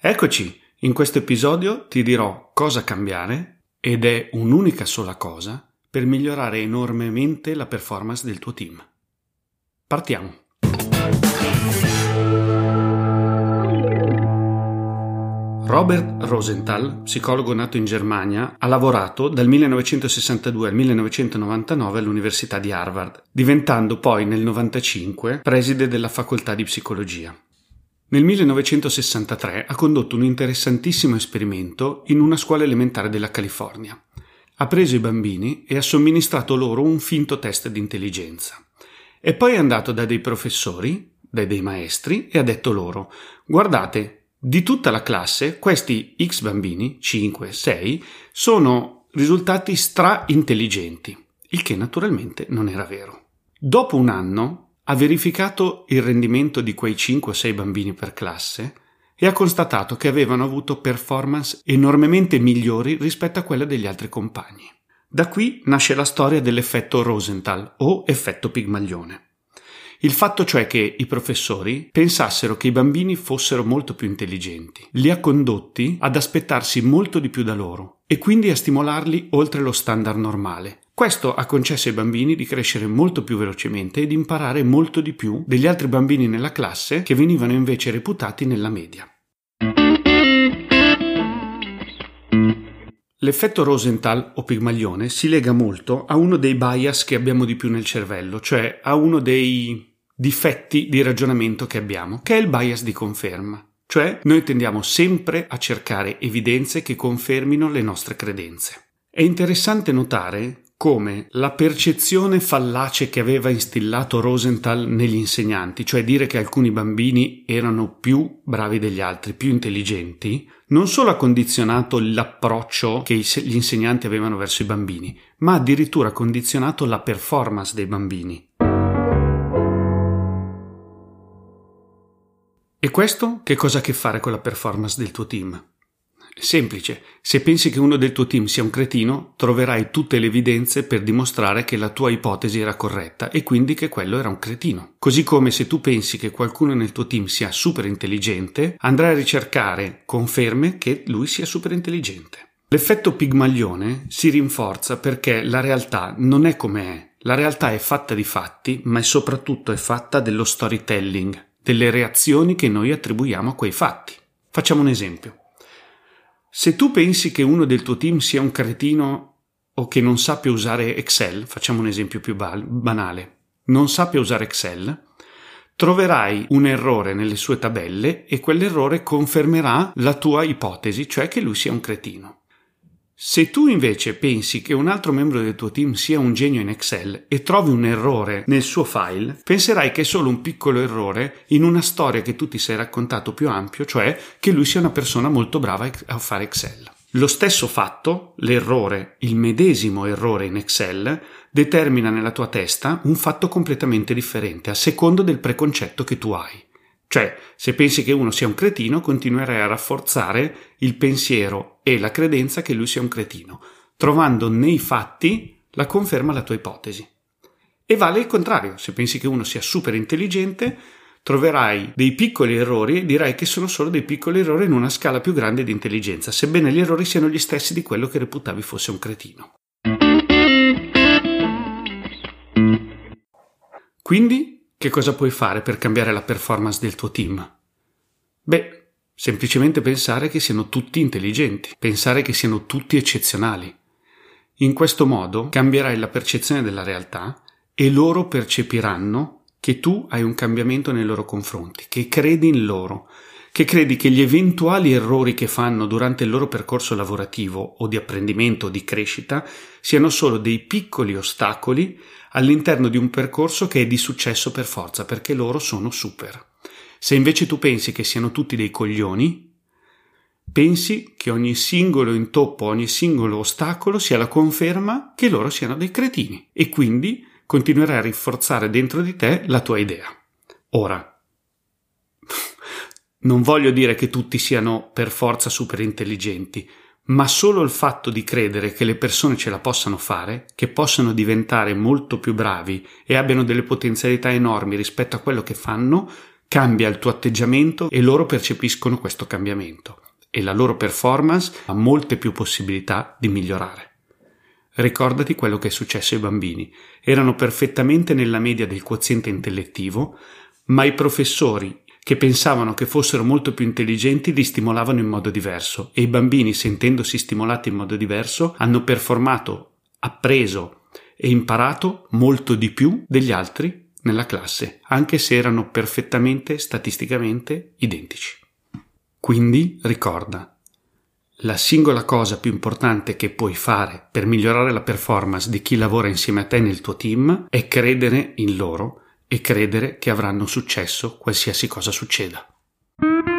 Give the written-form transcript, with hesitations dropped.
Eccoci, in questo episodio ti dirò cosa cambiare, ed è un'unica sola cosa, per migliorare enormemente la performance del tuo team. Partiamo! Robert Rosenthal, psicologo nato in Germania, ha lavorato dal 1962 al 1999 all'Università di Harvard, diventando poi nel 1995 preside della facoltà di psicologia. Nel 1963 ha condotto un interessantissimo esperimento in una scuola elementare della California. Ha preso i bambini e ha somministrato loro un finto test di intelligenza. E poi è andato da dei professori, da dei maestri, e ha detto loro: guardate, di tutta la classe, questi X bambini, 5, 6, sono risultati stra-intelligenti, il che naturalmente non era vero. Dopo un anno ha verificato il rendimento di quei 5 o 6 bambini per classe e ha constatato che avevano avuto performance enormemente migliori rispetto a quelle degli altri compagni. Da qui nasce la storia dell'effetto Rosenthal o effetto Pigmalione. Il fatto cioè che i professori pensassero che i bambini fossero molto più intelligenti, li ha condotti ad aspettarsi molto di più da loro e quindi a stimolarli oltre lo standard normale. Questo ha concesso ai bambini di crescere molto più velocemente e di imparare molto di più degli altri bambini nella classe che venivano invece reputati nella media. L'effetto Rosenthal o Pigmalione si lega molto a uno dei bias che abbiamo di più nel cervello, cioè a uno dei difetti di ragionamento che abbiamo, che è il bias di conferma. Cioè noi tendiamo sempre a cercare evidenze che confermino le nostre credenze. È interessante notare come la percezione fallace che aveva instillato Rosenthal negli insegnanti, cioè dire che alcuni bambini erano più bravi degli altri, più intelligenti, non solo ha condizionato l'approccio che gli insegnanti avevano verso i bambini, ma addirittura ha condizionato la performance dei bambini. E questo che cosa ha a che fare con la performance del tuo team? Semplice, se pensi che uno del tuo team sia un cretino, troverai tutte le evidenze per dimostrare che la tua ipotesi era corretta e quindi che quello era un cretino. Così come se tu pensi che qualcuno nel tuo team sia super intelligente, andrai a ricercare conferme che lui sia super intelligente. L'effetto Pigmalione si rinforza perché la realtà non è come è. La realtà è fatta di fatti, ma soprattutto è fatta dello storytelling, delle reazioni che noi attribuiamo a quei fatti. Facciamo un esempio. Se tu pensi che uno del tuo team sia un cretino o che non sappia usare Excel, facciamo un esempio più banale, non sappia usare Excel, troverai un errore nelle sue tabelle e quell'errore confermerà la tua ipotesi, cioè che lui sia un cretino. Se tu invece pensi che un altro membro del tuo team sia un genio in Excel e trovi un errore nel suo file, penserai che è solo un piccolo errore in una storia che tu ti sei raccontato più ampio, cioè che lui sia una persona molto brava a fare Excel. Lo stesso fatto, l'errore, il medesimo errore in Excel, determina nella tua testa un fatto completamente differente a secondo del preconcetto che tu hai. Cioè, se pensi che uno sia un cretino, continuerai a rafforzare il pensiero e la credenza che lui sia un cretino, trovando nei fatti la conferma alla tua ipotesi. E vale il contrario, se pensi che uno sia super intelligente, troverai dei piccoli errori e dirai che sono solo dei piccoli errori in una scala più grande di intelligenza, sebbene gli errori siano gli stessi di quello che reputavi fosse un cretino. Quindi, che cosa puoi fare per cambiare la performance del tuo team? Beh, semplicemente pensare che siano tutti intelligenti, pensare che siano tutti eccezionali. In questo modo cambierai la percezione della realtà e loro percepiranno che tu hai un cambiamento nei loro confronti, che credi in loro, che credi che gli eventuali errori che fanno durante il loro percorso lavorativo o di apprendimento o di crescita siano solo dei piccoli ostacoli all'interno di un percorso che è di successo per forza, perché loro sono super. Se invece tu pensi che siano tutti dei coglioni, pensi che ogni singolo intoppo, ogni singolo ostacolo sia la conferma che loro siano dei cretini e quindi continuerai a rinforzare dentro di te la tua idea. Ora, non voglio dire che tutti siano per forza super intelligenti, ma solo il fatto di credere che le persone ce la possano fare, che possano diventare molto più bravi e abbiano delle potenzialità enormi rispetto a quello che fanno, Cambia il tuo atteggiamento e loro percepiscono questo cambiamento e la loro performance ha molte più possibilità di migliorare. Ricordati quello che è successo ai bambini. Erano perfettamente nella media del quoziente intellettivo, ma i professori che pensavano che fossero molto più intelligenti li stimolavano in modo diverso e i bambini, sentendosi stimolati in modo diverso, hanno performato, appreso e imparato molto di più degli altri nella classe, anche se erano perfettamente statisticamente identici. Quindi ricorda, la singola cosa più importante che puoi fare per migliorare la performance di chi lavora insieme a te nel tuo team è credere in loro e credere che avranno successo qualsiasi cosa succeda.